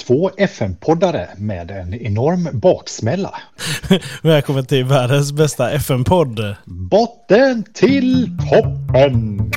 Två FM-poddare med en enorm baksmälla. Välkommen till världens bästa FM-podd. Botten till toppen!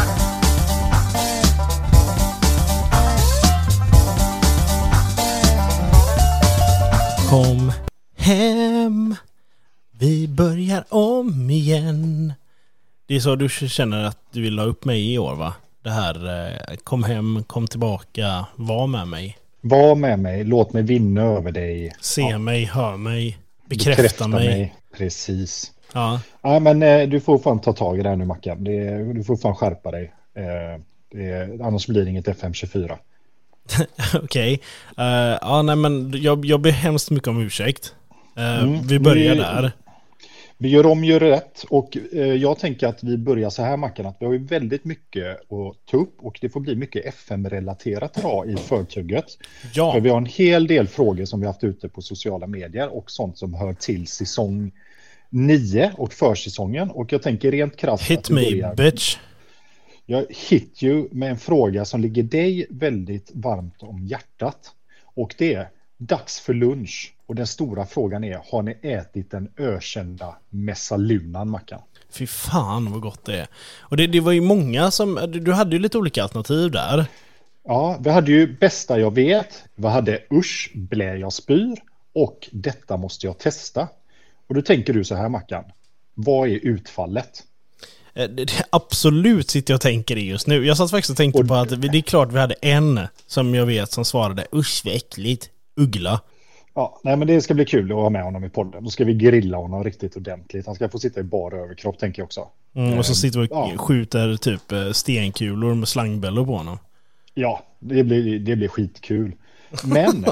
Kom hem, vi börjar om igen. Det är så du känner att du vill ha upp mig i år, va? Det här, kom hem, kom tillbaka, var med mig. Var med mig, låt mig vinna över dig. Se mig, hör mig, bekräfta mig. Precis. Ja. Ja, men du får fan ta tag i det här nu, Mackan. Du får fan skärpa dig. Annars blir det inget FM24. Okej. Ja, nej, men jag ber hemskt mycket om ursäkt. Vi börjar där. Vi gör om, gör rätt. Och jag tänker att vi börjar så här, Mackan, att vi har ju väldigt mycket att ta upp. Och det får bli mycket FM-relaterat idag i förtugget. Ja. För vi har en hel del frågor som vi har haft ute på sociala medier. Och sånt som hör till säsong 9 och försäsongen. Och jag tänker rent krasst hit me, bitch. Jag hit you med en fråga som ligger dig väldigt varmt om hjärtat. Och det är dags för lunch. Och den stora frågan är, har ni ätit den ökända messalunan, Mackan? Fy fan vad gott det är. Och det var ju många som, du hade ju lite olika alternativ där. Ja, vi hade ju bästa jag vet. Vi hade usch, blä jag spyr. Och detta måste jag testa. Och då tänker du så här, Mackan. Vad är utfallet? Det absolut sitter jag och tänker det just nu. Jag satt faktiskt och tänkte på att det är klart vi hade en som jag vet som svarade usch vad äckligt, uggla. Ja, nej, men det ska bli kul att ha med honom i podden. Då ska vi grilla honom riktigt ordentligt. Han ska få sitta i bara överkropp, tänker jag också. Och så sitter vi och skjuter typ stenkulor med slangbällor på honom. Ja, det blir skitkul. Men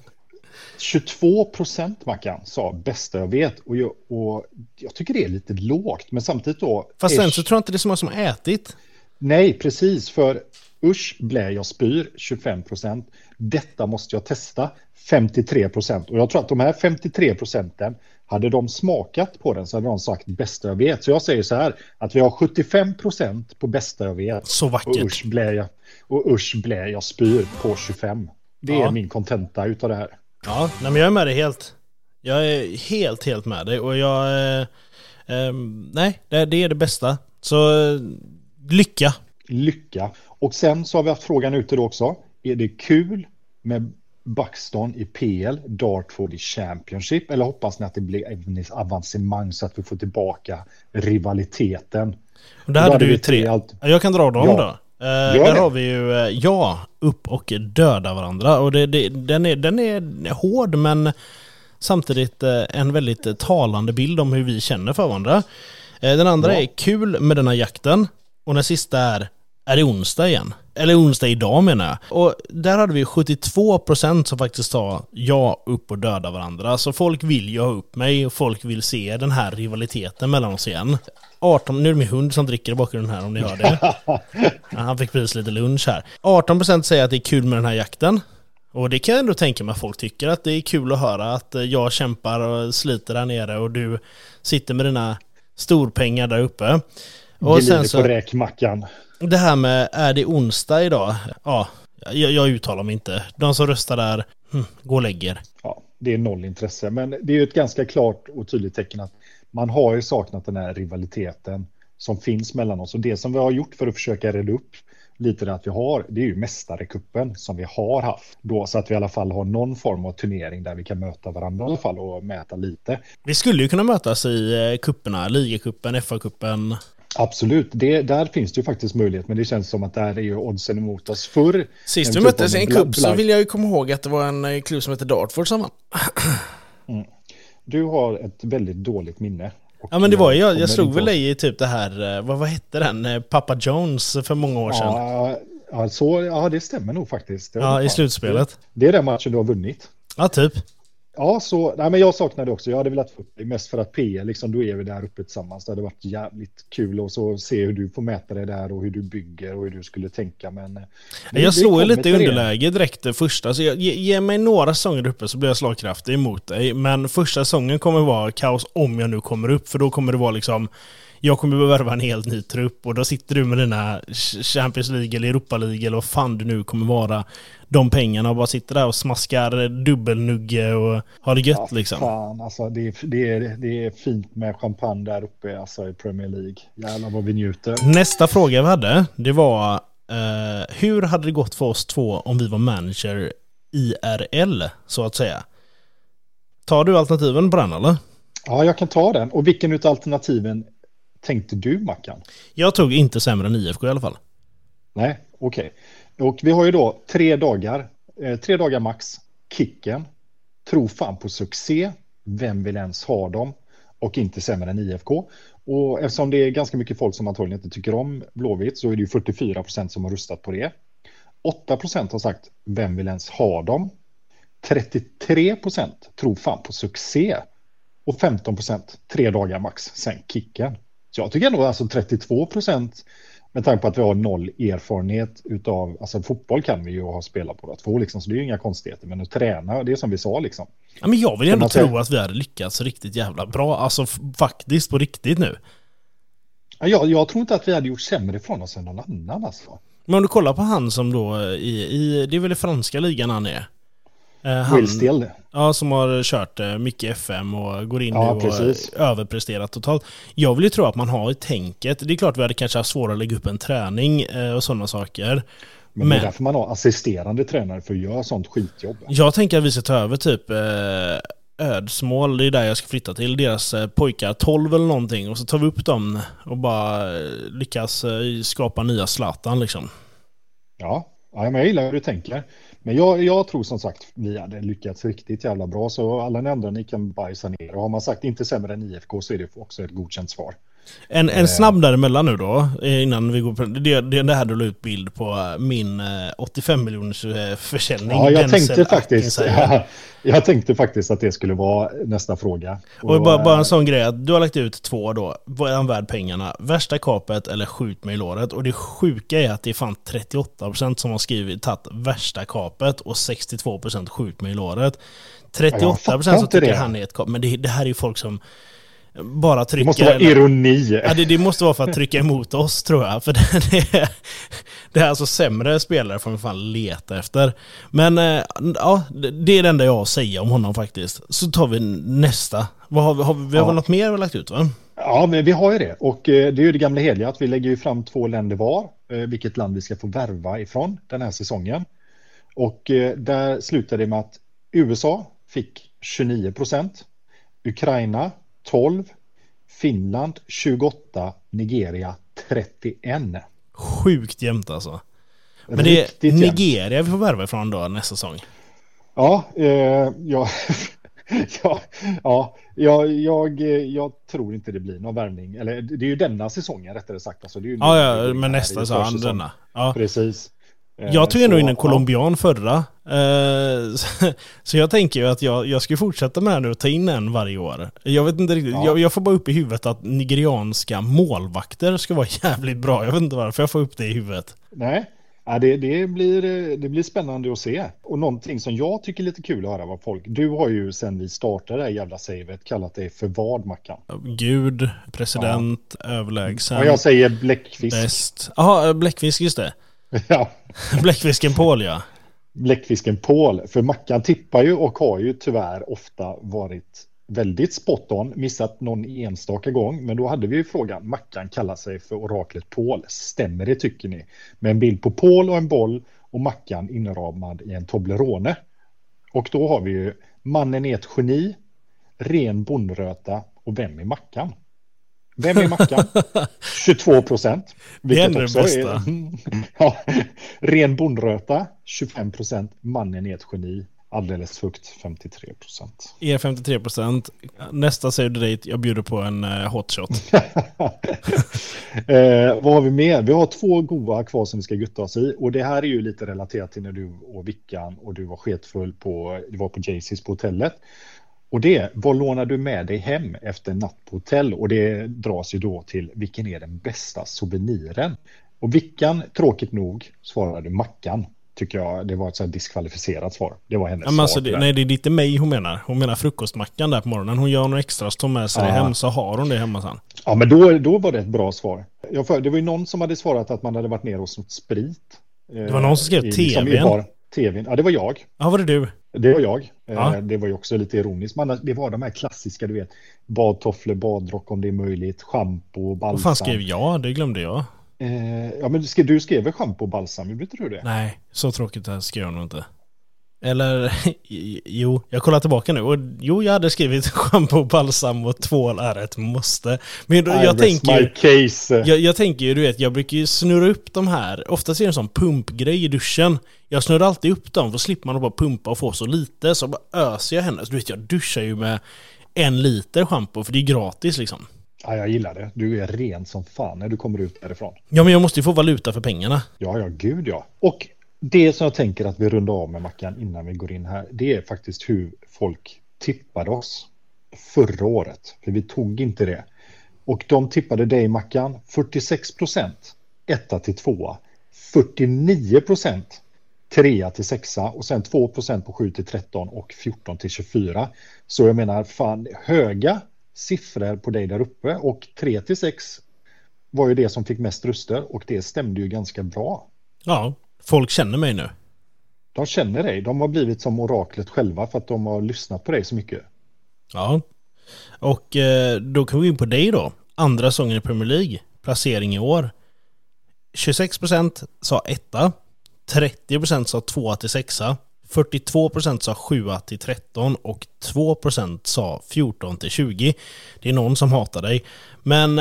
22% Mackan sa bästa jag vet. Och jag tycker det är lite lågt. Men samtidigt då... Fast sen så tror jag inte det är så många som har ätit. Nej, precis. För usch, blä jag spyr 25%. Detta måste jag testa 53%. Och jag tror att de här 53% hade de smakat på den så hade de sagt bästa jag vet. Så jag säger så här att vi har 75% på bästa jag vet. Så vackert. Och usch blä jag spyr på 25. Det är min kontenta utav det här. Ja, nej, men jag är med dig helt. Jag är helt med dig. Och jag... nej, det är det bästa. Så lycka. Och sen så har vi haft frågan ute då också. Är det kul med Buxton i PL, Dartford i Championship, eller hoppas ni att det blir en avancemang så att vi får tillbaka rivaliteten? Och där hade du ju 3. Jag kan dra dem då. Där har vi ju upp och döda varandra. Och den är hård, men samtidigt en väldigt talande bild om hur vi känner för varandra. Den andra är kul med den här jakten. Och den sista är det onsdag igen? Eller onsdag idag menar jag. Och där hade vi 72% som faktiskt sa ja, upp och döda varandra. Så folk vill ju ha upp mig och folk vill se den här rivaliteten mellan oss igen. 18, nu är det min hund som dricker i bakgrunden här om ni hör det. Han fick precis lite lunch här. 18% säger att det är kul med den här jakten. Och det kan jag ändå tänka mig att folk tycker att det är kul att höra att jag kämpar och sliter där nere och du sitter med dina storpengar där uppe. Och sen så... på räkmackan. Det här med, är det onsdag idag? Ja, jag uttalar mig inte. De som röstar där, gå och lägger. Ja, det är noll intresse. Men det är ju ett ganska klart och tydligt tecken att man har ju saknat den här rivaliteten som finns mellan oss. Och det som vi har gjort för att försöka reda upp lite det att vi har, det är ju mästarekuppen som vi har haft. Då, så att vi i alla fall har någon form av turnering där vi kan möta varandra i alla fall och mäta lite. Vi skulle ju kunna mötas i kupperna, ligakuppen, FA-kuppen. Absolut, där finns det ju faktiskt möjlighet, men det känns som att där är ju oddsen emot oss förr. Sist vi möttes i en kupp så vill jag ju komma ihåg att det var en klubb som heter Dartford samman. Du har ett väldigt dåligt minne. Ja, men det var ju, jag slog väl dig i typ det här, vad hette den? Papa Jones för många år sedan. Ja, det stämmer nog faktiskt. Ja, i slutspelet. Det är den matchen du har vunnit. Ja, typ. Ja, men jag saknade också. Jag hade velat få det mest för att PL, liksom, då är vi där uppe tillsammans. Det hade varit jävligt kul och så se hur du får mäta det där och hur du bygger och hur du skulle tänka. Men jag slår lite i underläge direkt första. Så ge mig några säsonger uppe så blir jag slagkraftig emot dig. Men första säsongen kommer vara kaos om jag nu kommer upp. För då kommer det vara liksom jag kommer behöva värva en helt ny trupp och då sitter du med dina Champions League eller Europa League eller vad fan du nu kommer vara, de pengarna och bara sitter där och smaskar dubbelnugge och har det gött liksom. Fan, alltså det är fint med champagne där uppe alltså i Premier League. Jävlar vad vi njuter. Nästa fråga vi hade, det var hur hade det gått för oss två om vi var manager IRL så att säga? Tar du alternativen på den eller? Ja, jag kan ta den. Och vilken utav alternativen tänkte du, Mackan? Jag tog inte sämre än IFK i alla fall. Nej, okej. Och vi har ju då 3 dagar max. Kicken. Tro fan på succé. Vem vill ens ha dem? Och inte sämre än IFK. Och eftersom det är ganska mycket folk som antagligen inte tycker om Blåvitt så är det ju 44% som har röstat på det. 8% har sagt vem vill ens ha dem? 33% tror fan på succé. Och 15% 3 dagar max, sen kicken. Så jag tycker ändå alltså 32% med tanke på att vi har 0 erfarenhet utav, alltså fotboll kan vi ju ha spelat båda två liksom, så det är ju inga konstigheter. Men att träna, det är som vi sa liksom. Ja, men jag vill ändå tro att vi hade lyckats riktigt jävla bra, alltså faktiskt på riktigt nu. Ja, jag tror inte att vi hade gjort sämre från oss än någon annan alltså. Men om du kollar på han som då, det är väl i franska ligan han är? Will Still. Ja, som har kört mycket FM och går in nu och precis. överpresterat totalt. Jag vill ju tro att man har i tänket. Det är klart vi hade kanske haft svårare att lägga upp en träning och sådana saker. Men det är därför man har assisterande tränare för att göra sånt skitjobb. Jag tänker att vi ska ta över typ Ödsmål, det är där jag ska flytta till, deras pojkar 12 eller någonting, och så tar vi upp dem och bara lyckas skapa nya Zlatan liksom. Ja, men jag gillar hur du tänker. Men jag tror som sagt vi hade lyckats riktigt jävla bra, så alla andra ni kan bajsa ner. Och har man sagt inte sämre än IFK så är det också ett godkänt svar. En snabb däremellan nu då, innan vi går på det här du la ut bild på min 85 miljoners försäljning. Ja, jag tänkte faktiskt att det skulle vara nästa fråga. Och bara en sån grej att du har lagt ut 2 då, vad är han värd pengarna? Värsta kapet eller skjut mig i låret? Och det sjuka är att det är fan 38% som har skrivit tagit värsta kapet och 62% skjut mig i låret. 38% så tycker han är ett kap, men det här är ju folk som bara trycker. Det måste vara ironi. Ja, det måste vara för att trycka emot oss, tror jag. För det är alltså sämre spelare får man fan leta efter. Men ja, det är det enda jag har att säga om honom faktiskt. Så tar vi nästa. Vi har väl något mer vi lagt ut, va? Ja, men vi har ju det. Och det är ju det gamla heliga att vi lägger ju fram 2 länder var. Vilket land vi ska få värva ifrån den här säsongen. Och där slutade det med att USA fick 29%. Ukraina 12, Finland 28, Nigeria 31. Sjukt jämnt alltså. Men det är Nigeria vi får värva ifrån då nästa säsong. Ja, jag tror inte det blir någon värvning. Eller det är ju denna säsongen rättare sagt. Alltså, det är ju men nästa sa han denna. Ja. Precis. Jag tog ändå in en colombian förra. Så jag tänker ju att jag ska fortsätta med det nu och ta in en varje år. Jag vet inte riktigt. Jag får bara upp i huvudet att nigerianska målvakter ska vara jävligt bra. Jag vet inte varför jag får upp det i huvudet. Nej, det blir spännande att se. Och någonting som jag tycker är lite kul att höra vad folk... Du har ju sen vi startade det här jävla savet kallat det för vad, Mackan? Gud, president, överlägsen. Ja, jag säger bläckfisk. Bäst. Jaha, bläckfisk, just det. Ja. Bläckfisken Paul, ja. Bläckfisken Paul. För Mackan tippar ju och har ju tyvärr ofta varit väldigt spot on. Missat någon enstaka gång. Men då hade vi ju frågan. Mackan kallar sig för oraklet Paul. Stämmer det, tycker ni? Med en bild på Paul och en boll. Och Mackan inramad i en Toblerone. Och då har vi ju mannen är ett geni. Ren bondröta. Och vem är Mackan? Vem är Mackan? 22%. Det är det bästa. Ja, ren bondröta, 25%. Mannen är ett geni. Alldeles högt, 53%. Är 53%. Nästa säger du dit, jag bjuder på en hotshot. Vad har vi med? Vi har 2 goa kvar som vi ska gutta oss i. Och det här är ju lite relaterat till när du och Vickan och du var sketfull du var på Jaycees på hotellet. Och vad lånar du med dig hem efter natt på hotell? Och det dras ju då till vilken är den bästa souveniren? Och Vickan, tråkigt nog, svarade Mackan. Tycker jag, det var ett så här diskvalificerat svar. Det var hennes svar. Alltså, nej, det är inte mig hon menar. Hon menar frukostmackan där på morgonen. Hon gör något extra, så tar med sig det hem, så har hon det hemma sen. Ja, men då var det ett bra svar. Det var ju någon som hade svarat att man hade varit ner och snott sprit. Det var någon som skrev TVn. Ja, det var jag. Ja, var det du? Det var jag. Ja. Det var ju också lite ironiskt. Men det var de här klassiska, du vet. Badtofflor, badrock om det är möjligt. Shampoo, balsam. Vad fan skrev jag? Det glömde jag. Ja, men du skrev väl shampoo och balsam? Gjorde inte du det? Nej, så tråkigt det skrev jag nog inte. Eller, jo, jag kollar tillbaka nu. Och jo, jag hade skrivit shampoo, balsam och tvål är ett måste. Men jag tänker ju, du vet, jag brukar ju snurra upp de här. Oftast är det en sån pumpgrej i duschen. Jag snurrar alltid upp dem, för slipper man bara pumpa och få så lite. Så bara öser jag henne. Så du vet, jag duschar ju med 1 liter shampoo, för det är gratis liksom. Ja, jag gillar det. Du är ren som fan när du kommer ut därifrån. Ja, men jag måste ju få valuta för pengarna. Ja, gud ja. Och det som jag tänker att vi rundar av med, Mackan, innan vi går in här, det är faktiskt hur folk tippade oss förra året. För vi tog inte det. Och de tippade dig, Mackan, 46%, 1-2, 49%, 3-6 och sen 2% på 7-13 och 14-24. Så jag menar, fan, höga siffror på dig där uppe, och 3-6 var ju det som fick mest röster, och det stämde ju ganska bra. Ja, folk känner mig nu. De känner dig. De har blivit som oraklet själva för att de har lyssnat på dig så mycket. Ja. Och då kan vi in på dig då. Andra säsongen i Premier League. Placering i år. 26% sa 1. 30% sa 2-6. 42% sa 7-13 och 2% sa 14-20. Det är någon som hatar dig. Men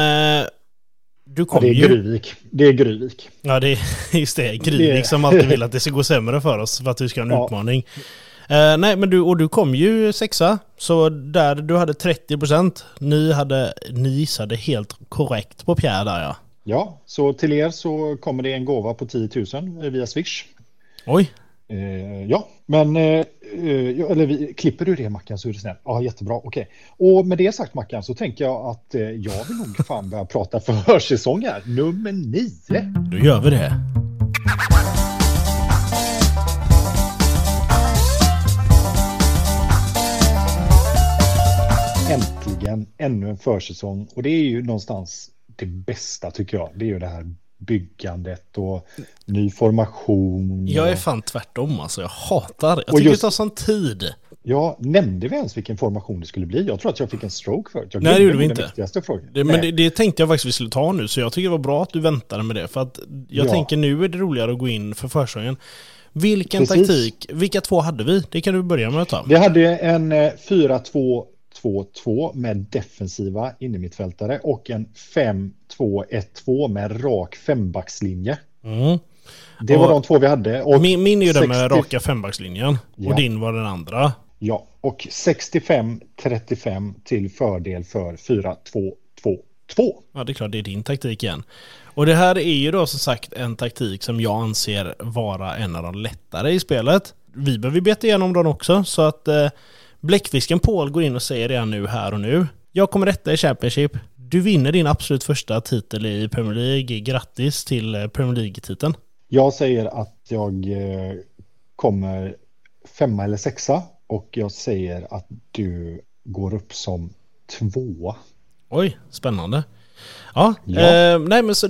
du kom det är Gryvik. Det är Gryvik. Ja, det är just det. Gryvik som alltid vill att det ska gå sämre för oss för att du ska ha en utmaning. Nej, men du kom ju 6. Så där du hade 30%. Ni gissade helt korrekt på Pierre där, ja. Ja, så till er så kommer det en gåva på 10 000 via Swish. Oj. Ja, men klipper du det, Mackan, så är det snällt. Ja, jättebra, okej. Och med det sagt, Mackan, så tänker jag att jag vill nog fan börja prata försäsong här. Nummer 9. Då gör vi det. Äntligen ännu en försäsong. Och det är ju någonstans det bästa, tycker jag. Det är ju det här byggandet och ny formation. Jag är fan tvärtom, alltså. Jag hatar. Jag tycker det tar sån tid. Ja, nämnde vi ens vilken formation det skulle bli? Jag tror att jag fick en stroke för det. Nej, det gjorde vi inte. Men det tänkte jag faktiskt vi skulle ta nu, så jag tycker det var bra att du väntade med det. För att jag tänker nu är det roligare att gå in för försäsongen. Vilken taktik, vilka två hade vi? Det kan du börja med att ta. Vi hade en 4-2-2-2 med defensiva innermittfältare och en 5-2-1-2 med rak fembackslinje. Det var de två vi hade. Och min är ju den med raka fembackslinjen. Ja. Och din var den andra. Ja, och 65-35 till fördel för 4-2-2-2. Ja, det är klart, det är din taktik igen. Och det här är ju då som sagt en taktik som jag anser vara en av de lättare i spelet. Vi behöver beta igenom den också, så att Bläckfisken Paul går in och säger redan nu, här och nu: jag kommer rätta i Championship. Du vinner din absolut första titel i Premier League. Grattis till Premier League-titeln. Jag säger att jag kommer 5 eller 6, och jag säger att du går upp som 2. Oj, spännande. Ja. Nej, men så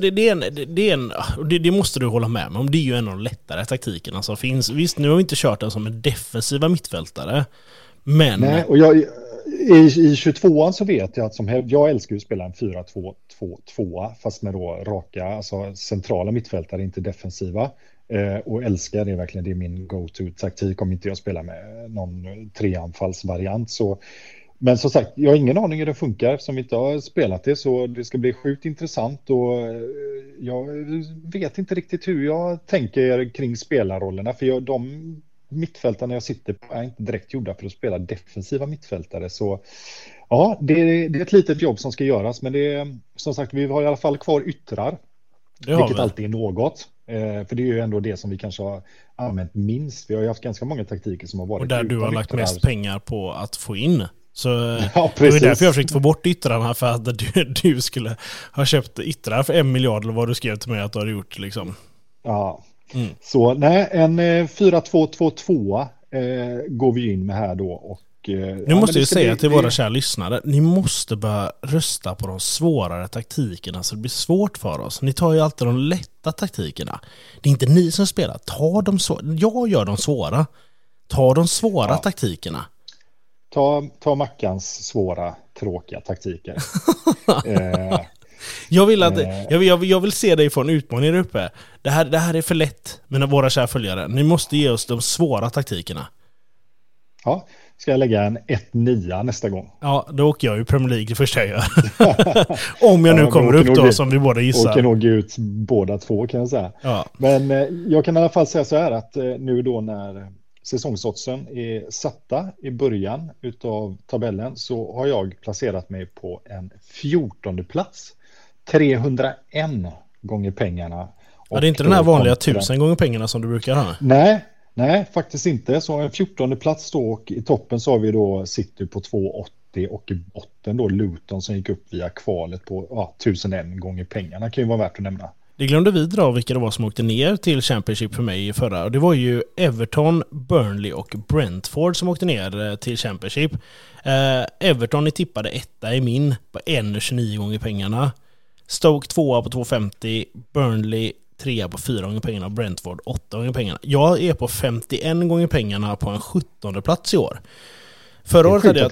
det måste du hålla med om. Det är ju en av de lättare taktikerna som finns. Visst, nu har vi inte kört den som en defensiva mittfältare. Men nej, och i 22an så vet jag att jag älskar ju att spela en 4-2-2-2, fast med då raka, alltså centrala mittfältare, inte defensiva. Och älskar det verkligen. Det är min go-to-taktik om inte jag spelar med någon treanfallsvariant. Så, men som sagt, jag har ingen aning hur det funkar eftersom vi inte har spelat det, så det ska bli sjukt intressant, och jag vet inte riktigt hur jag tänker kring spelarrollerna, för de mittfältarna jag sitter på är inte direkt gjorda för att spela defensiva mittfältare. Så ja, det är ett litet jobb som ska göras, men det är, som sagt, vi har i alla fall kvar yttrar, vilket alltid är något. För det är ju ändå det som vi kanske har använt minst. Vi har ju haft ganska många taktiker som har varit, och där du har lagt mest pengar på att få in. Så ja, det var därför jag försökte få bort yttrarna, för att du skulle ha köpt yttrar för 1 miljard eller vad du skrev till mig att du har gjort liksom. Ja. Så nej, en 4-2-2-2 går vi in med här då. Och, nu måste jag säga till våra kära lyssnare, ni måste börja rösta på de svårare taktikerna så det blir svårt för oss. Ni tar ju alltid de lätta taktikerna. Det är inte ni som spelar. Ta de jag gör de svåra. Ta de svåra taktikerna. Ta Mackans svåra, tråkiga taktiker. Jag vill se dig få en utmaning där uppe. Det här är för lätt, mina våra kära följare. Ni måste ge oss de svåra taktikerna. Ja, ska jag lägga en 1-9 nästa gång? Ja, då åker jag ju Premier League det första jag gör. Om jag nu kommer upp då, som vi båda gissar. Åker nog ut båda två kan jag säga. Ja. Men jag kan i alla fall säga så här att nu då när säsongsoddsen är satta i början utav tabellen så har jag placerat mig på en 14:e plats. 301 gånger pengarna. Ja, det är inte den här vanliga 1000 gånger pengarna som du brukar ha? Nej, faktiskt inte. Så en 14:e plats då, och i toppen så har vi då City på 280 och i botten då Luton som gick upp via kvalet på 1001 gånger pengarna. Kan ju vara värt att nämna. Det glömde vi dra vilka det var som åkte ner till Championship för mig i förra. Och det var ju Everton, Burnley och Brentford som åkte ner till Championship. Everton är tippade etta i min på 1,29 gånger pengarna. Stoke 2 på 2,50. Burnley 3 på 4 gånger pengarna. Brentford 8 gånger pengarna. Jag är på 51 gånger pengarna på en 17:e plats i år. Förra året hade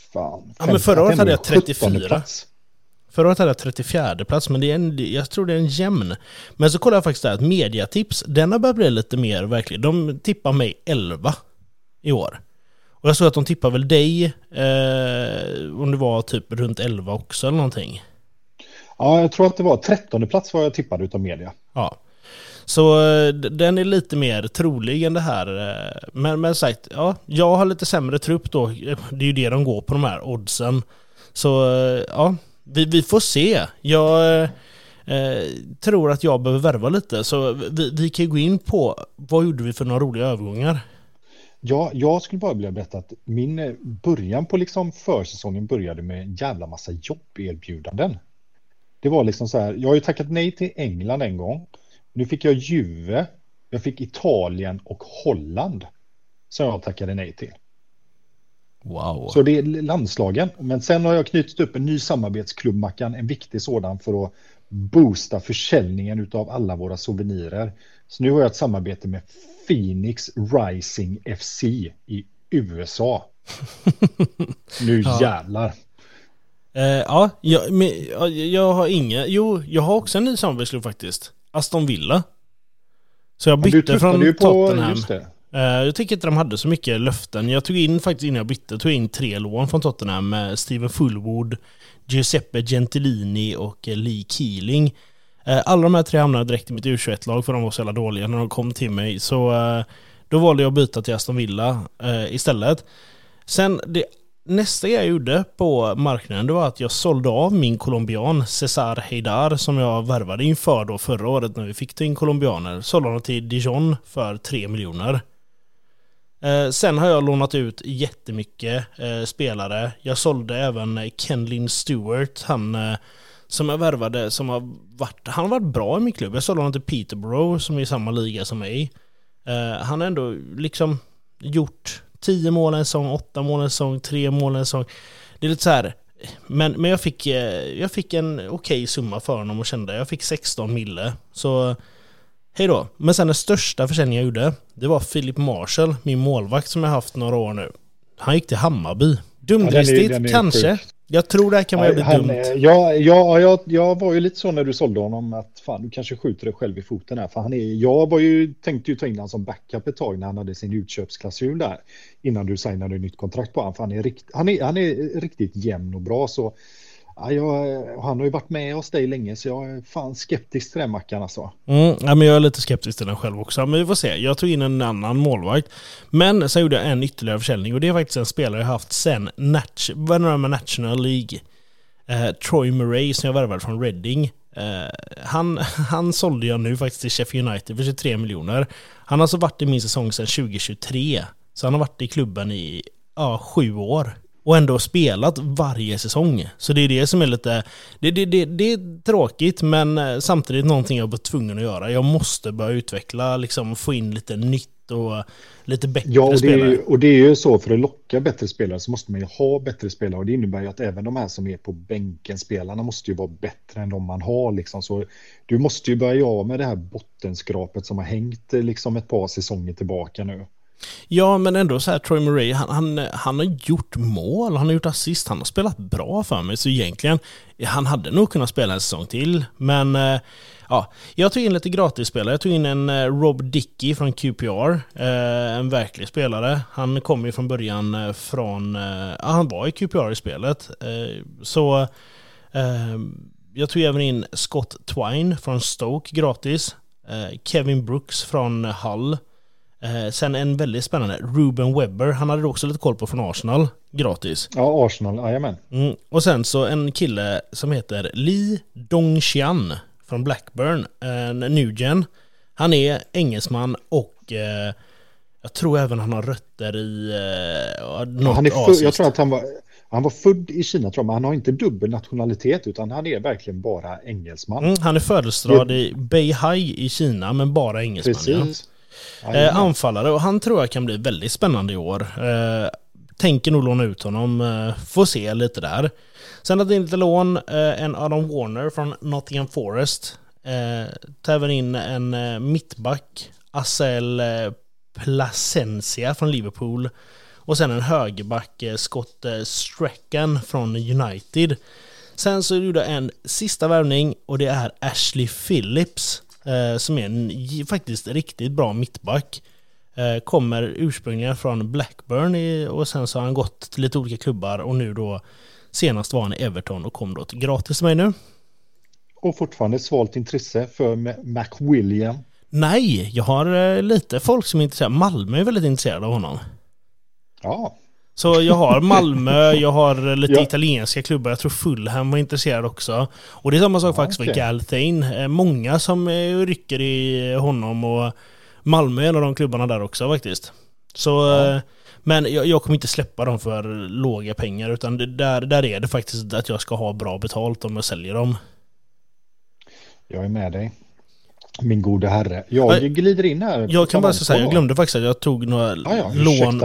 jag 34. Förra året hade jag 34 plats, men jag tror det är en jämn. Men så kollar jag faktiskt där att mediatips, den har börjat bli lite mer verklig. De tippar mig 11 i år. Och jag såg att de tippar väl dig om det var typ runt 11 också eller någonting. Ja, jag tror att det var 13:e plats var jag tippad utav media. Ja. Så den är lite mer trolig än det här. Men sagt, ja, jag har lite sämre trupp då. Det är ju det de går på de här oddsen. Så ja, vi får se. Jag tror att jag behöver värva lite. Så vi kan gå in på vad gjorde vi för några roliga övergångar. Ja, jag skulle bara vilja berätta att min början på liksom försäsongen började med en jävla massa jobberbjudanden. Det var liksom så här, jag har ju tackat nej till England en gång. Nu fick jag Juve, jag fick Italien och Holland som jag tackade nej till. Wow. Så det är landslagen. Men sen har jag knutit upp en ny samarbetsklubb, Mackan, en viktig sådan för att boosta försäljningen utav alla våra souvenirer. Så nu har jag ett samarbete med Phoenix Rising FC i USA. Nu jävlar. Ja, jag har inga. Jo, jag har också en ny samarbetsklubb faktiskt. Aston Villa. Så jag bytte från Tottenham. Just det. Jag tycker inte de hade så mycket löften. Jag tog in faktiskt innan jag bytte 3 lån från Tottenham med Steven Fullwood, Giuseppe Gentilini och Lee Keeling. Alla de här 3 hamnade direkt i mitt U21-lag för de var så jävla dåliga när de kom till mig. Så då valde jag att byta till Aston Villa istället. Sen nästa jag gjorde på marknaden det var att jag sålde av min colombian Cesar Heidar som jag värvade inför då förra året när vi fick ta in colombianer. Sålde honom till Dijon för 3 miljoner. Sen har jag lånat ut jättemycket spelare. Jag sålde även Kenlin Stewart, han som jag värvade han har varit bra i min klubb. Jag sålde honom till Peterborough som är i samma liga som mig. Han har ändå liksom gjort 10 mål en säsong, 8 mål en säsong, 3 mål en säsong. Det är lite så här. Men jag fick en okej summa för honom och kände jag fick 16 mille. Så hej då. Men sen den största försäljningen jag gjorde, det var Philip Marshall, min målvakt som jag haft några år nu. Han gick till Hammarby. Dumdristigt, kanske. Sjuk. Jag tror det här kan vara dumt. Jag var ju lite så när du sålde honom att fan, du kanske skjuter dig själv i foten här. För tänkte ju ta in honom som backup ett tag när han hade sin utköpsklausul där. Innan du signade ett nytt kontrakt på honom. För han är riktigt jämn och bra. Så han har ju varit med oss dig länge så jag är fan skeptisk till den Mackan alltså. Ja, men jag är lite skeptisk till den själv också. Men vi får se. Jag tog in en annan målvakt. Men sen gjorde jag en ytterligare försäljning. Och det är faktiskt en spelare jag haft sen National League. Troy Murray som jag värvade från Reading. Han sålde jag nu faktiskt till Sheffield United för 23 miljoner. Han har alltså varit i min säsong sedan 2023. Så han har varit i klubben i 7 år. och ändå spelat varje säsong. Så det är det som är lite... Det är tråkigt, men samtidigt någonting jag var tvungen att göra. Jag måste börja utveckla, liksom få in lite nytt och lite bättre spelare. Och det är ju så, för att locka bättre spelare så måste man ju ha bättre spelare. Och det innebär ju att även de här som är på bänken, spelarna, måste ju vara bättre än de man har. Liksom. Så du måste ju börja av med det här bottenskrapet som har hängt liksom ett par säsonger tillbaka nu. Ja, men ändå så här, Troy Murray, han har gjort mål, han har gjort assist, han har spelat bra för mig, så egentligen, han hade nog kunnat spela en säsong till, men ja, jag tog in lite gratisspelare. Jag tog in en Rob Dickey från QPR, en verklig spelare. Han kom ju från början från, han var i QPR i spelet, så jag tog även in Scott Twine från Stoke gratis, Kevin Brooks från Hull. Sen en väldigt spännande Ruben Webber, han hade också lite koll på från Arsenal gratis. Ja, Arsenal, jajamän. Och sen så en kille som heter Lee Dongxian från Blackburn, Newgen. Han är engelsman och jag tror även han har rötter i något Asien. Jag tror att han var född i Kina, tror jag, men han har inte dubbel nationalitet, utan han är verkligen bara engelsman. Han är födelsedag i Beihai i Kina, men bara engelsman. Precis. Ja. Anfallare, och han tror jag kan bli väldigt spännande i år. Tänker nog låna ut honom, får se lite där. Sen hade jag lite lån, en Adam Warner från Nottingham Forest. Tar även in en mittback, Asel Placencia från Liverpool. Och sen en högerback, Scott Strachan från United. Sen så gjorde jag en sista värvning, och det är Ashley Phillips, som är en faktiskt riktigt bra mittback. Kommer ursprungligen från Blackburn och sen så har han gått till lite olika klubbar, och nu då senast var han i Everton och kom då till gratis med mig nu. Och fortfarande svalt intresse för McWilliam. Nej, jag har lite folk som är intresserade. Malmö är väldigt intresserade av honom. Ja. Så jag har Malmö, jag har lite italienska klubbar, jag tror Fulham var intresserad också. Och det är samma sak faktiskt för Galtane. Många som rycker i honom, och Malmö är en av de klubbarna där också faktiskt. Så, men jag kommer inte släppa dem för låga pengar, utan där är det faktiskt att jag ska ha bra betalt om jag säljer dem. Jag är med dig, min gode herre. Jag glider in här. Jag kan bara säga, jag glömde faktiskt att jag tog några lån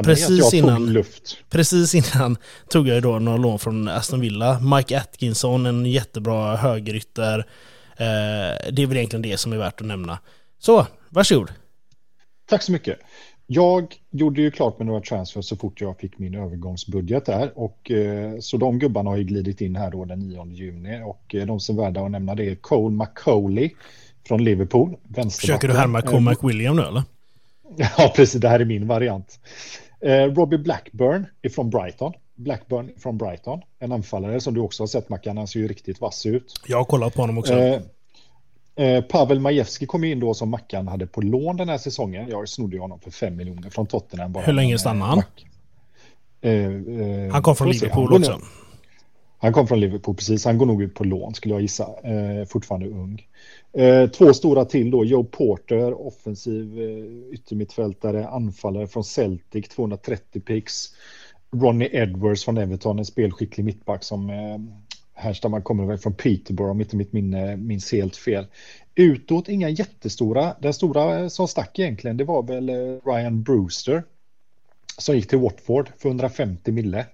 precis innan tog jag då några lån från Aston Villa. Mike Atkinson, en jättebra högerytter. Det är väl egentligen det som är värt att nämna. Så, varsågod. Tack så mycket. Jag gjorde ju klart med några transfers så fort jag fick min övergångsbudget där, och så de gubbarna har ju glidit in här då den 9 juni, och de som är värda att nämna, det är Cole McCauley från Liverpool. Försöker du härma Cole McWilliam nu eller? Ja, precis, det här är min variant. Robbie Blackburn från Brighton. En anfallare som du också har sett, Mackan, han ser ju riktigt vass ut. Jag har kollat på honom också. Pavel Majewski kom in då som Mackan hade på lån den här säsongen. Jag snodde honom för 5 miljoner från Tottenham. Bara. Hur länge stannade han? Han kom från Liverpool också. Han kom från Liverpool, precis. Han går nog ut på lån, skulle jag gissa. Fortfarande ung. 2 stora till då. Joe Porter, offensiv yttermittfältare, anfallare från Celtic, 230 pix. Ronnie Edwards från Everton, en spelskicklig mittback som härstammar, kommer väl från Peterborough, om inte mitt minne minns helt fel. Utåt inga jättestora. Den stora som stack egentligen, det var väl Ryan Brewster som gick till Watford för 150 mille.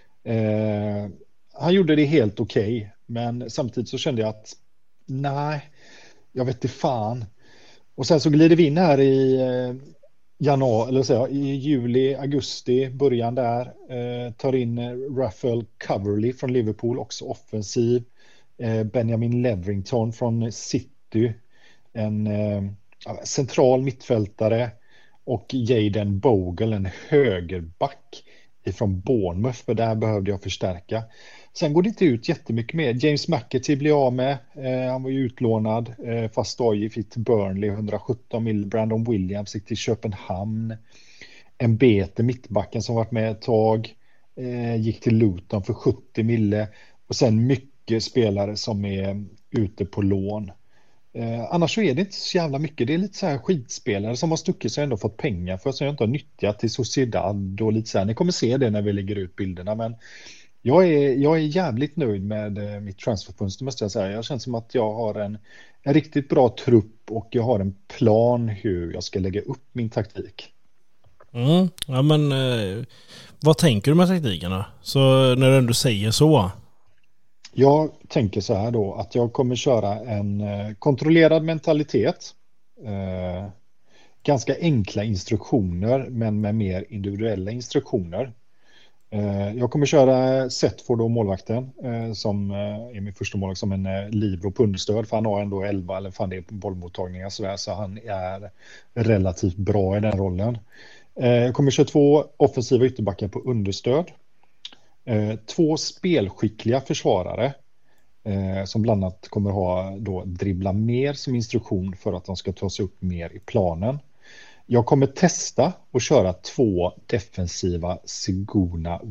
Han gjorde det helt okej, men samtidigt så kände jag att nej, jag vet inte fan. Och sen så glider vi in här i januari, eller så i juli, augusti, början där, tar in Raphael Coverley från Liverpool, också offensiv. Benjamin Leverington från City, en central mittfältare, och Jaden Bogle, en högerback ifrån Bournemouth, för där behövde jag förstärka. Sen går det inte ut jättemycket mer. James McAtee blir av med. Han var ju utlånad. Fast AJ fick till Burnley 117 mil. Brandon Williams gick till Köpenhamn. En bete mittbacken som varit med ett tag gick till Luton för 70 mille. Och sen mycket spelare som är ute på lån. Annars så är det inte så jävla mycket. Det är lite så här skitspelare som har stuckit sig och ändå fått pengar för som jag inte har nyttjat till Sociedad och lite så här. Ni kommer se det när vi lägger ut bilderna, men jag är jävligt nöjd med mitt transferfönster, måste jag säga. Jag känner som att jag har en riktigt bra trupp och jag har en plan hur jag ska lägga upp min taktik. Ja, men vad tänker du med taktikerna? Så när du ändå säger så. Jag tänker så här då, att jag kommer köra en kontrollerad mentalitet. Ganska enkla instruktioner, men med mer individuella instruktioner. Jag kommer köra Setford och målvakten som är min första målvakt som en libero på understöd, för han har ändå 11 eller fan det är bollmottagningar så han är relativt bra i den rollen. Jag kommer köra 2 offensiva ytterbackar på understöd. 2 spelskickliga försvarare som bland annat kommer ha då dribbla mer som instruktion för att de ska ta sig upp mer i planen. Jag kommer testa och köra 2 defensiva Seguna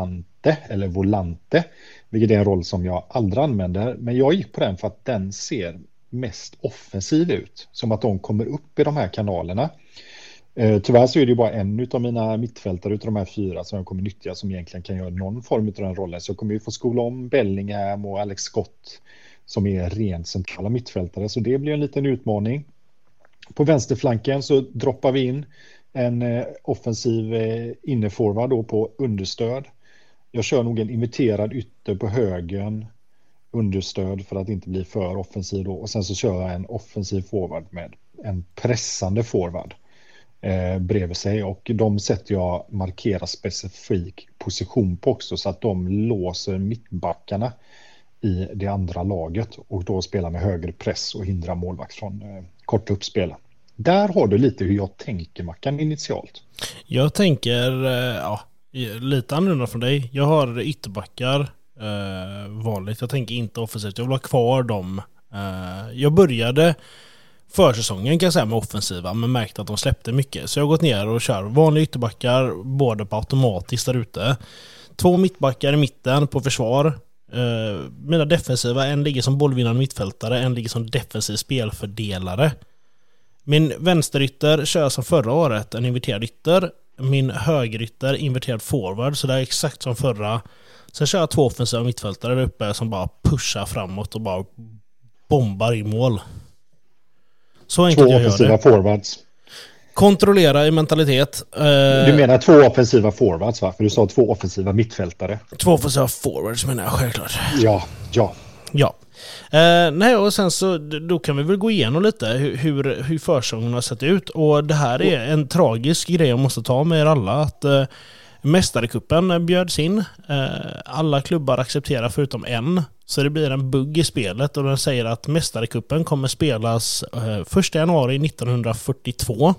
Volante, vilket är en roll som jag aldrig använder, men jag gick på den för att den ser mest offensiv ut, som att de kommer upp i de här kanalerna. Tyvärr så är det bara en av mina mittfältare utav de här 4 som jag kommer nyttja som egentligen kan göra någon form av den rollen. Så jag kommer ju få skola om Bellingham och Alex Scott som är rent centrala mittfältare. Så det blir en liten utmaning. På vänsterflanken så droppar vi in en offensiv inneforward då på understöd. Jag kör nog en imiterad ytter på högen understöd för att inte bli för offensiv då. Och sen så kör jag en offensiv forward med en pressande forward bredvid sig, och de sätter jag markera specifik position på också, så att de låser mittbackarna i det andra laget och då spelar med högre press och hindrar målvakt från korta uppspel. Där har du lite hur jag tänker, Mackan, initialt. Jag tänker lite annorlunda från dig. Jag har ytterbackar vanligt. Jag tänker inte offensivt. Jag vill ha kvar dem. Jag började försäsongen kan jag säga med offensiva, men märkte att de släppte mycket. Så jag har gått ner och kör vanliga ytterbackar både på automatiskt där ute. 2 mittbackar i mitten på försvar. Mina defensiva, en ligger som bollvinnande mittfältare, en ligger som defensiv spelfördelare. Min vänsterytter kör som förra året en inverterad ytter. Min högerytter inverterad forward, så det är exakt som förra. Sen kör jag 2 offensiva mittfältare där uppe som bara pushar framåt och bara bombar i mål. Så enkelt jag gör det. 2 offensiva forwards. Kontrollera i mentalitet. Du menar 2 offensiva forwards, va? För du sa 2 offensiva mittfältare. 2 offensiva forwards menar jag självklart. Ja. Nej, och sen så då kan vi väl gå igenom lite hur försäsongen har sett ut. Och det här är en tragisk grej jag måste ta med er alla. Att Mästarkuppen bjöds in. Alla klubbar accepterar förutom en. Så det blir en bugg i spelet och den säger att Mästarkuppen kommer spelas 1 januari 1942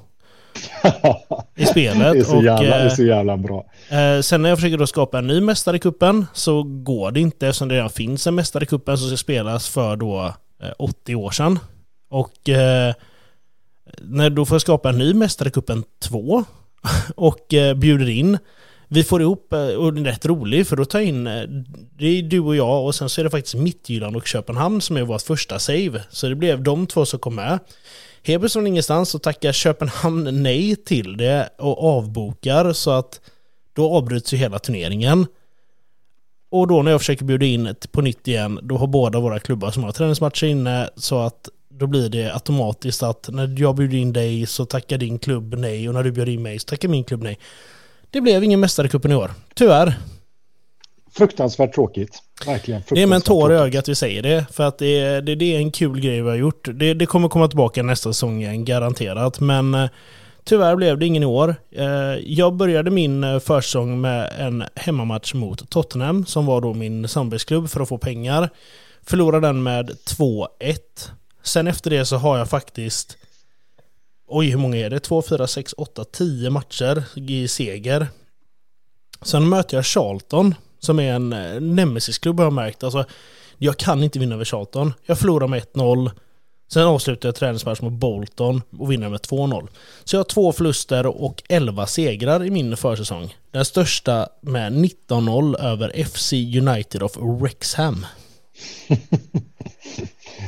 i spelet. Det är så jävla bra. Sen när jag försöker då skapa en ny Mästarkuppen så går det inte, eftersom det redan finns en Mästarkuppen som ska spelas för då 80 år sedan. Och när då får jag skapa en ny Mästarkuppen 2 och bjuder in. Vi får ihop, och det är rätt roligt för då tar in, det är du och jag och sen så är det faktiskt Midtjylland och Köpenhamn som är vårt första save. Så det blev de 2 som kom med. Helt plötsligt ingenstans så tackar Köpenhamn nej till det och avbokar, så att då avbryts ju hela turneringen. Och då när jag försöker bjuda in på nytt igen, då har båda våra klubbar som har träningsmatcher inne, så att då blir det automatiskt att när jag bjuder in dig så tackar din klubb nej och när du bjuder in mig så tackar min klubb nej. Det blev ingen Mästarkuppen i år, tyvärr. Fruktansvärt tråkigt. Verkligen fruktansvärt. Det är med en tår i ögat att vi säger det, för att det är en kul grej vi har gjort. Det kommer komma tillbaka nästa säsong, garanterat. Men tyvärr blev det ingen i år. Jag började min försäsong med en hemmamatch mot Tottenham, som var då min samarbetsklubb för att få pengar. Förlorade den med 2-1. Sen efter det så har jag faktiskt... hur många är det? 2, 4, 6, 8, 10 matcher i seger. Sen möter jag Charlton, som är en nemesis-klubb har jag märkt. Alltså, jag kan inte vinna över Charlton. Jag förlorar med 1-0. Sen avslutar jag träningsmatch mot Bolton och vinner med 2-0. Så jag har 2 förluster och 11 segrar i min försäsong. Den största med 19-0 över FC United of Wrexham.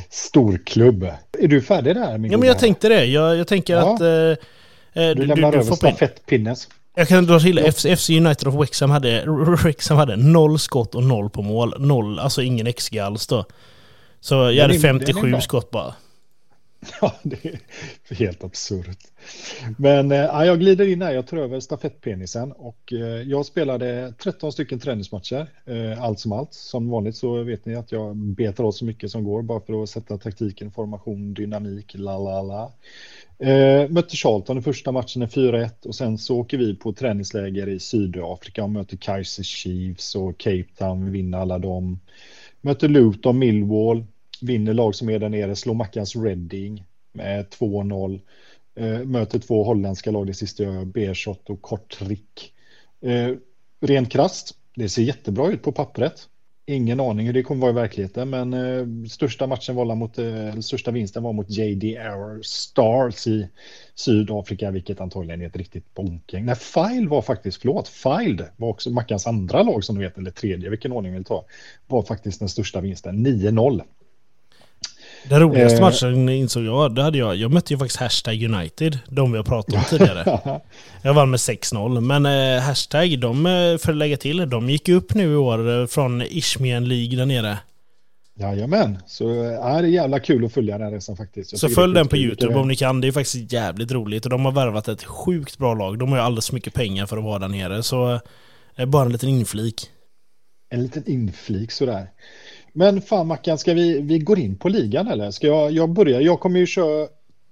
storklubb. Är du färdig där? Ja, men jag tänkte det. Jag tänker att... du lämnar över stafettpinnen. Jag kan dra till FC United of Wrexham hade 0 skott och 0 på mål. 0, alltså ingen XG alls då. Så jag hade 57 skott bara. Ja, det är helt absurt. Men jag glider in här, jag tar över stafettpenisen och jag spelade 13 stycken träningsmatcher, allt som allt. Som vanligt så vet ni att jag betar åt så mycket som går bara för att sätta taktiken, formation, dynamik, lalala. Mötte Charlton i första matchen 4-1 och sen så åker vi på träningsläger i Sydafrika och möter Kaiser Chiefs och Cape Town, vinner alla dem. Möter Luton, Millwall, vinner lag som är där nere, slår Mackans Reading med 2-0. Möter 2 holländska lag det sista jag Beerschot och Kortrijk. Rent krasst, det ser jättebra ut på pappret. Ingen aning hur det kommer vara i verkligheten, men största vinsten var mot JDR Stars i Sydafrika, vilket antagligen är ett riktigt bonkgäng. Nej, File var också Mackans andra lag som du vet, eller tredje, vilken ordning vill ta, var faktiskt den största vinsten, 9-0. Den roligaste matchen insåg jag mötte ju faktiskt Hashtag United, de vi har pratat om tidigare. Jag vann med 6-0, men Hashtag, för att lägga till, de gick upp nu i år från Isthmian League där nere. Jajamän, så är det jävla kul att följa den resan faktiskt. Så följ den på YouTube om ni kan, det är faktiskt jävligt roligt och de har värvat ett sjukt bra lag. De har ju alldeles mycket pengar för att vara där nere, så bara en liten inflik. En liten inflik sådär. Men fan Mackan, ska vi går in på ligan eller? Ska jag börja? Jag kommer ju köra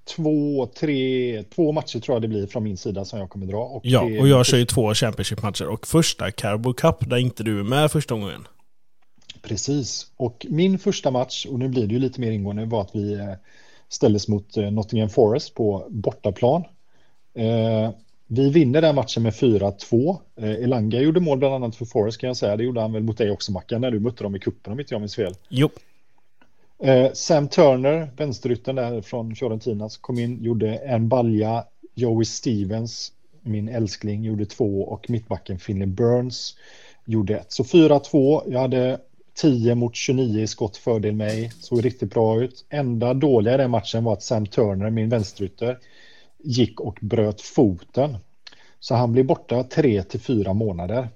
2 matcher tror jag det blir från min sida som jag kommer dra. Och och jag kör ju 2 Championship-matcher och första Carabao Cup där inte du är med första gången. Precis, och min första match, och nu blir det ju lite mer ingående, var att vi ställdes mot Nottingham Forest på bortaplan. Vi vinner den matchen med 4-2. Elanga gjorde mål bland annat för Forest kan jag säga. Det gjorde han väl mot dig också Mackan när du mötte dem i kuppen om inte jag minns fel. Jo. Sam Turner, vänsterytten där från Fiorentinas, kom in, gjorde en balja. Joey Stevens, min älskling, gjorde 2 och mittbacken Finley Burns gjorde 1. Så 4-2. Jag hade 10 mot 29 i skott fördel mig. Såg riktigt bra ut. Enda dåliga i den matchen var att Sam Turner, min vänsterytter, gick och bröt foten. Så han blev borta 3 till 4 månader.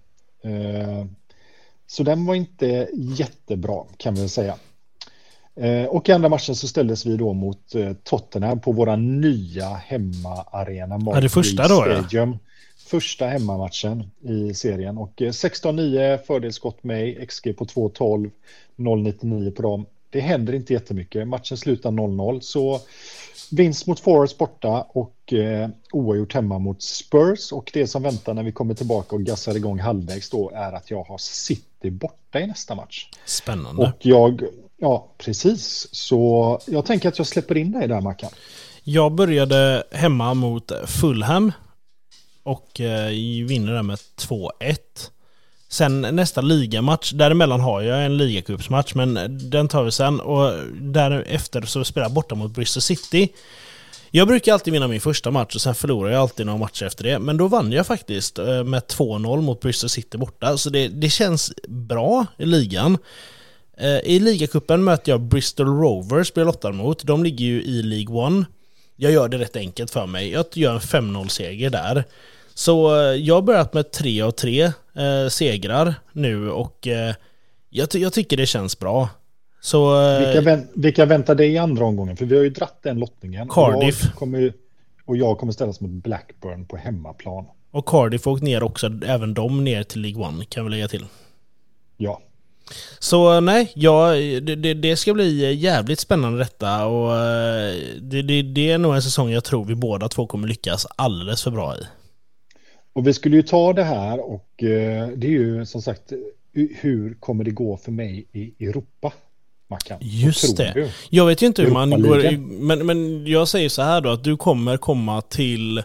Så den var inte jättebra kan vi säga. Och i andra matchen så ställdes vi då mot Tottenham på våra nya hemmaarena. Ja, det första då Stadium. Första hemmamatchen i serien. Och 16-9 fördelskott mig, XG på 2-12, 0-99 på dem. Det händer inte jättemycket. Matchen slutar 0-0. Så vinst mot Forest borta och oavgjort hemma mot Spurs. Och det som väntar när vi kommer tillbaka och gassar igång halvvägs då är att jag har City borta i nästa match. Spännande. Och ja precis. Så jag tänker att jag släpper in dig där Mackan. Jag började hemma mot Fulham och vinner där med 2-1. Sen nästa ligamatch, däremellan har jag en ligacupsmatch, men den tar vi sen. Och därefter så spelar jag borta mot Bristol City. Jag brukar alltid vinna min första match och sen förlorar jag alltid några matcher efter det. Men då vann jag faktiskt med 2-0 mot Bristol City borta. Så det känns bra i ligan. I ligacupen möter jag Bristol Rovers, spelar 8 mot. De ligger ju i League 1. Jag gör det rätt enkelt för mig. Jag gör en 5-0-seger där. Så jag har börjat med 3 av 3 segrar nu och jag tycker det känns bra. Så, vilka väntar dig i andra omgången? För vi har ju dratt den lottningen. Cardiff. Jag kommer ställas mot Blackburn på hemmaplan. Och Cardiff åkt ner också, även de ner till League 1 kan vi lägga till. Ja. Så nej, det ska bli jävligt spännande detta och det är nog en säsong jag tror vi båda två kommer lyckas alldeles för bra i. Och vi skulle ju ta det här och det är ju som sagt hur kommer det gå för mig i Europa, Mackan? Just det. Du? Jag vet ju inte hur man går, men jag säger så här då att du kommer komma till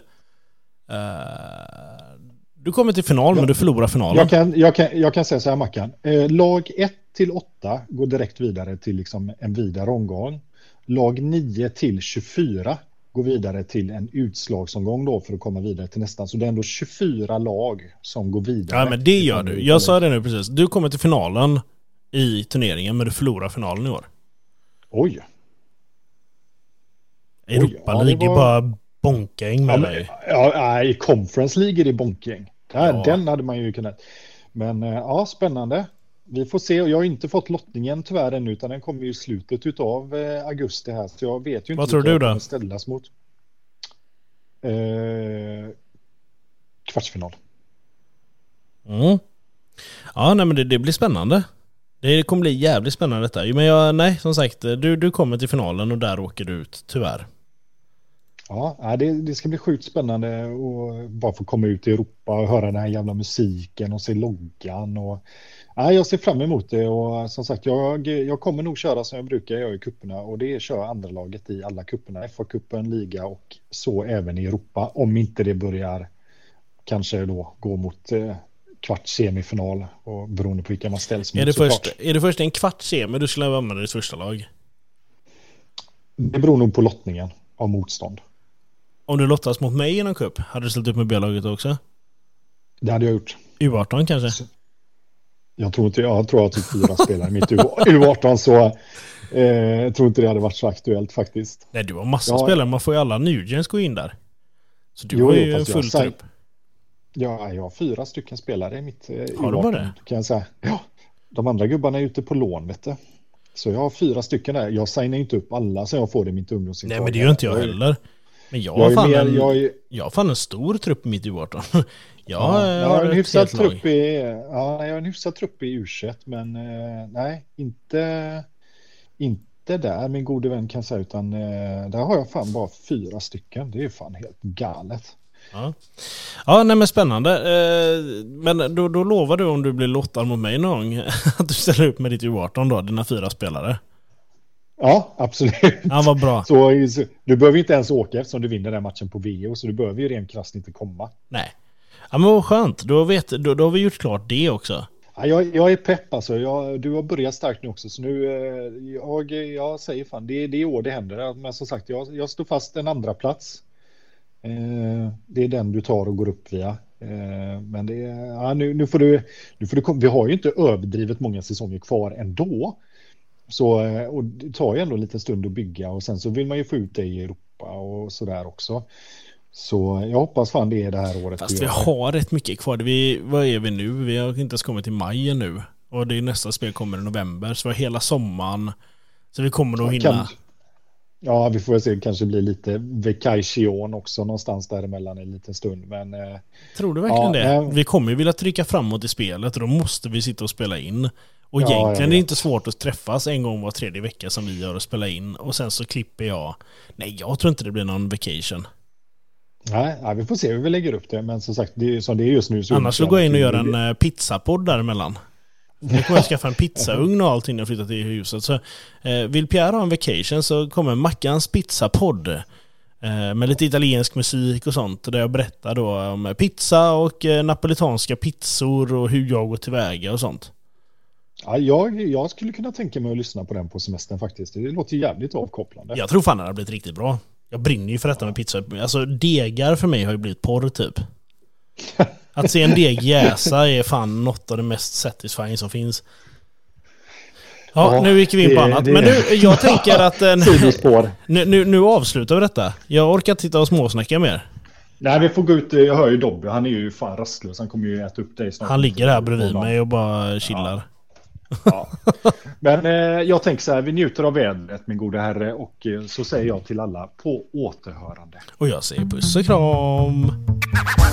du kommer till final men du förlorar finalen. Jag kan säga så här Mackan. Lag 1-8 går direkt vidare till liksom en vidare omgång. Lag 9-24 går vidare till en utslagsomgång då för att komma vidare till nästan. Så det är ändå 24 lag som går vidare. Ja, men det gör du. Jag sa det nu precis. Du kommer till finalen i turneringen men du förlorar finalen i år. Oj. Europa League bara bonkgäng med dig. Ja, i Conference League är det bonkgäng. Den hade man ju kunnat. Men ja, spännande. Vi får se. Jag har inte fått lottningen tyvärr ännu, utan den kommer ju i slutet av augusti här. Så jag vet ju inte. Vad tror du då? Ställas mot. Kvartsfinal. Ja, nej, men det blir spännande. Det kommer bli jävligt spännande detta. Men som sagt, du kommer till finalen och där åker du ut, tyvärr. Ja, det ska bli sjukt spännande och bara få komma ut i Europa och höra den här jävla musiken och se loggan. Och jag ser fram emot det, och som sagt, jag kommer nog köra som jag brukar göra i kupperna, och det är köra andra laget i alla kupperna, FA-kuppen, liga och så även i Europa, om inte det börjar kanske då gå mot kvart semifinal, och beroende på vilka man ställs mot. Är det först en kvart semi du skulle använda ditt första lag? Det beror nog på lottningen av motstånd. Om du lottas mot mig i någon cup, hade du ställt upp med B-laget också? Det hade jag gjort. U18 kanske? Jag tror att det är 4 spelare i mitt U18, så jag tror inte det hade varit så aktuellt faktiskt. Nej, du har massa spelare. Man får ju alla Nugents gå in där. Så du har ju en full trupp. Ja, jag har 4 stycken spelare i mitt har du bara det? Kan jag säga. Ja, de andra gubbarna är ute på lån, vet du. Så jag har 4 stycken där. Jag signar inte upp alla så jag får det i mitt ungdomsintag. Nej, men det gör inte jag heller. Men jag har fan en stor trupp i mitt U18. Jag har en hyfsad trupp i U21, men nej, inte där, min gode vän kan säga, utan där har jag fan bara 4 stycken. Det är fan helt galet. Ja, nej, men spännande. Men då lovar du, om du blir lottad mot mig någon gång, att du ställer upp med ditt U18 då, dina 4 spelare. Ja, absolut. Ja, vad bra. Så du behöver inte ens åka eftersom du vinner den matchen på VO, så du behöver ju rent krasst inte komma. Nej. Ja, men vad skönt. Då har vi gjort klart det också. Ja, jag är pepp alltså. Du har börjat starkt nu också, så nu jag säger fan, det är år det händer. Men som sagt, jag står fast en andra plats. Det är den du tar och går upp via. Men det är, nu får du vi har ju inte överdrivet många säsonger kvar ändå. Så, och det tar ju ändå en liten stund att bygga, och sen så vill man ju få ut det i Europa och sådär också. Så jag hoppas fan det är det här året. Fast vi har rätt mycket kvar. Vad är vi nu? Vi har inte ens kommit till maj nu. Och det är nästa spel kommer i november. Så vi har hela sommaren. Så vi kommer nog hinna. Ja, vi får väl se. Det kanske blir lite vacation också någonstans däremellan en liten stund. Men, tror du verkligen det? Vi kommer ju vilja trycka framåt i spelet, och då måste vi sitta och spela in. Och egentligen är det inte svårt att träffas en gång var 3:e vecka som vi gör och spela in. Och sen så klipper jag. Nej, jag tror inte det blir någon vacation. Nej, vi får se hur vi lägger upp det. Men som sagt, det är, som det är just nu. Så annars så går jag in och gör en pizzapodd däremellan. Nu kommer jag skaffa en pizzaugn och allting när jag flyttar till huset. Så vill Pierre ha en vacation, så kommer Mackans pizzapodd. Med lite italiensk musik och sånt, där jag berättar då om pizza och napolitanska pizzor och hur jag går tillväga och sånt. Ja, jag skulle kunna tänka mig att lyssna på den på semestern faktiskt. Det låter jävligt avkopplande. Jag tror fan det har blivit riktigt bra. Jag brinner ju för detta med pizza. Alltså degar för mig har ju blivit porr typ. Att se en deg jäsa är fan något av det mest satisfying som finns. Ja, nu gick vi in på annat. Men nu, jag tänker att nu avslutar vi detta. Jag orkar inte titta och småsnacka mer. Nej, vi får gå ut. Jag hör ju Dobby. Han är ju fan rastlös. Han kommer ju äta upp dig snart. Han ligger här bredvid mig och bara chillar. Ja. Men jag tänker så här, vi njuter av vädret, min gode herre, och så säger jag till alla på återhörande. Och jag säger puss och kram.